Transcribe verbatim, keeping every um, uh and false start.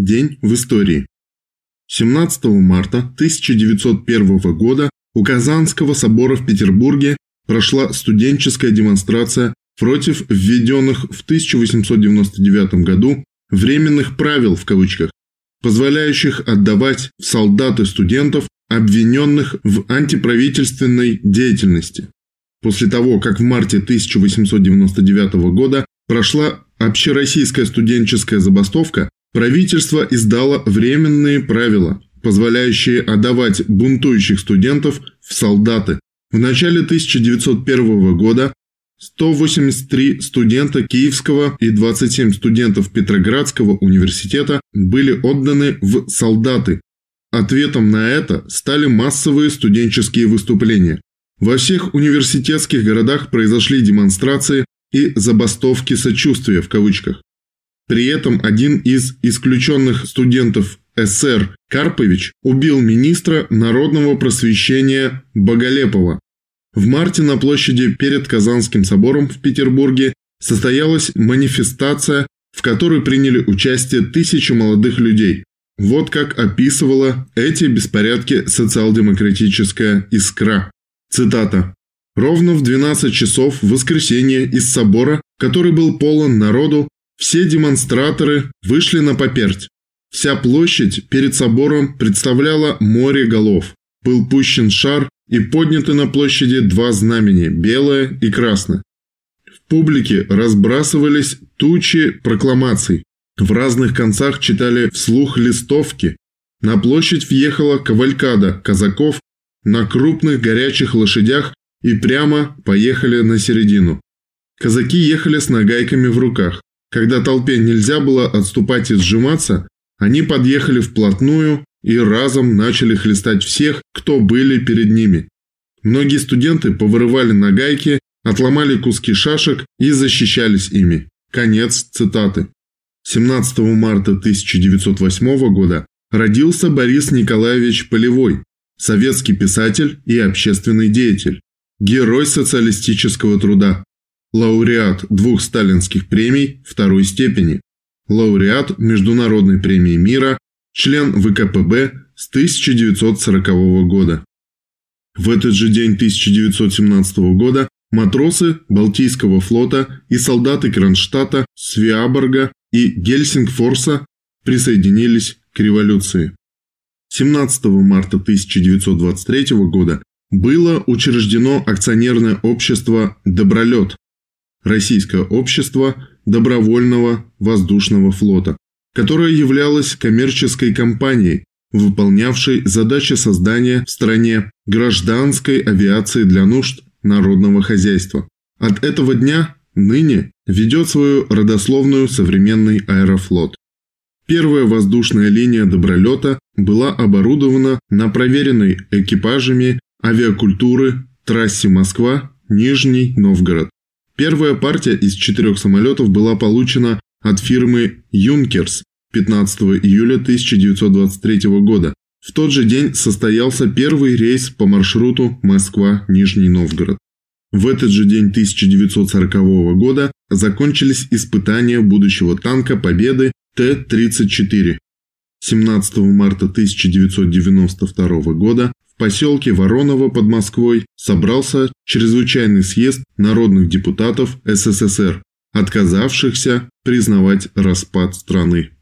День в истории. семнадцатого марта тысяча девятьсот первого года у Казанского собора в Петербурге прошла студенческая демонстрация против введенных в тысяча восемьсот девяносто девятом году «временных правил» в кавычках, позволяющих отдавать в солдаты студентов, обвиненных в антиправительственной деятельности. После того, как в марте тысяча восемьсот девяносто девятого года прошла общероссийская студенческая забастовка, правительство издало временные правила, позволяющие отдавать бунтующих студентов в солдаты. В начале тысяча девятьсот первого года сто восемьдесят три студента Киевского и двадцать семь студентов Петроградского университета были отданы в солдаты. Ответом на это стали массовые студенческие выступления. Во всех университетских городах произошли демонстрации и забастовки сочувствия в кавычках. При этом один из исключенных студентов эсер Карпович убил министра народного просвещения Боголепова. В марте на площади перед Казанским собором в Петербурге состоялась манифестация, в которой приняли участие тысячи молодых людей. Вот как описывала эти беспорядки социал-демократическая «Искра». Цитата. «Ровно в двенадцать часов в воскресенье из собора, который был полон народу, все демонстраторы вышли на поперть. Вся площадь перед собором представляла море голов. Был пущен шар и подняты на площади два знамени – белое и красное. В публике разбрасывались тучи прокламаций. В разных концах читали вслух листовки. На площадь въехала кавалькада казаков на крупных горячих лошадях и прямо поехали на середину. Казаки ехали с нагайками в руках. Когда толпе нельзя было отступать и сжиматься, они подъехали вплотную и разом начали хлестать всех, кто были перед ними. Многие студенты повырывали нагайки, отломали куски шашек и защищались ими». Конец цитаты. семнадцатого марта тысяча девятьсот восьмого года родился Борис Николаевич Полевой, советский писатель и общественный деятель, герой социалистического труда, лауреат двух сталинских премий второй степени, лауреат Международной премии мира, член вэ ка пэ бэ с тысяча девятьсот сорокового года. В этот же день тысяча девятьсот семнадцатого года матросы Балтийского флота и солдаты Кронштадта, Свиаборга и Гельсингфорса присоединились к революции. семнадцатого марта тысяча девятьсот двадцать третьего года было учреждено акционерное общество «Добролет», Российское общество добровольного воздушного флота, которое являлось коммерческой компанией, выполнявшей задачи создания в стране гражданской авиации для нужд народного хозяйства. От этого дня ныне ведет свою родословную современный аэрофлот. Первая воздушная линия Добролета была оборудована на проверенной экипажами авиакультуры трассе Москва-Нижний Новгород. Первая партия из четырех самолетов была получена от фирмы «Юнкерс» пятнадцатого июля тысяча девятьсот двадцать третьего года. В тот же день состоялся первый рейс по маршруту Москва-Нижний Новгород. В этот же день тысяча девятьсот сорокового года закончились испытания будущего танка Победы Т тридцать четыре. семнадцатого марта тысяча девятьсот девяносто второго года в поселке Вороново под Москвой собрался чрезвычайный съезд народных депутатов эс эс эс эр, отказавшихся признавать распад страны.